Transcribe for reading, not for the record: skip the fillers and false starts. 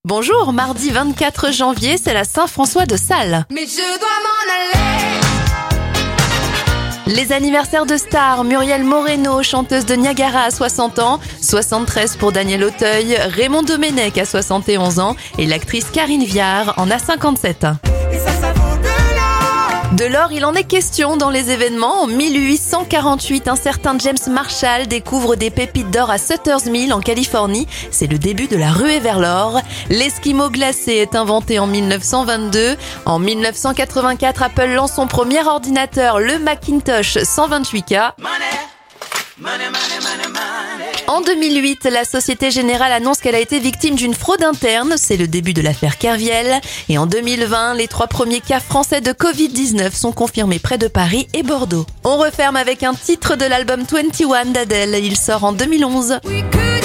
Bonjour, mardi 24 janvier, c'est la Saint-François de Sales. Mais je dois m'en aller. Les anniversaires de stars, Muriel Moreno, chanteuse de Niagara à 60 ans, 73 pour Daniel Auteuil, Raymond Domenech à 71 ans et l'actrice Karine Viard en a 57. Et ça vaut de l'or. De l'or, il en est question dans les événements. En 1848, un certain James Marshall découvre des pépites d'or à Sutter's Mill en Californie. C'est le début de la ruée vers l'or. L'esquimau glacé est inventé en 1922. En 1984, Apple lance son premier ordinateur, le Macintosh 128K. En 2008, la Société Générale annonce qu'elle a été victime d'une fraude interne. C'est le début de l'affaire Kerviel. Et en 2020, les 3 premiers cas français de Covid-19 sont confirmés près de Paris et Bordeaux. On referme avec un titre de l'album 21 d'Adèle. Il sort en 2011. We could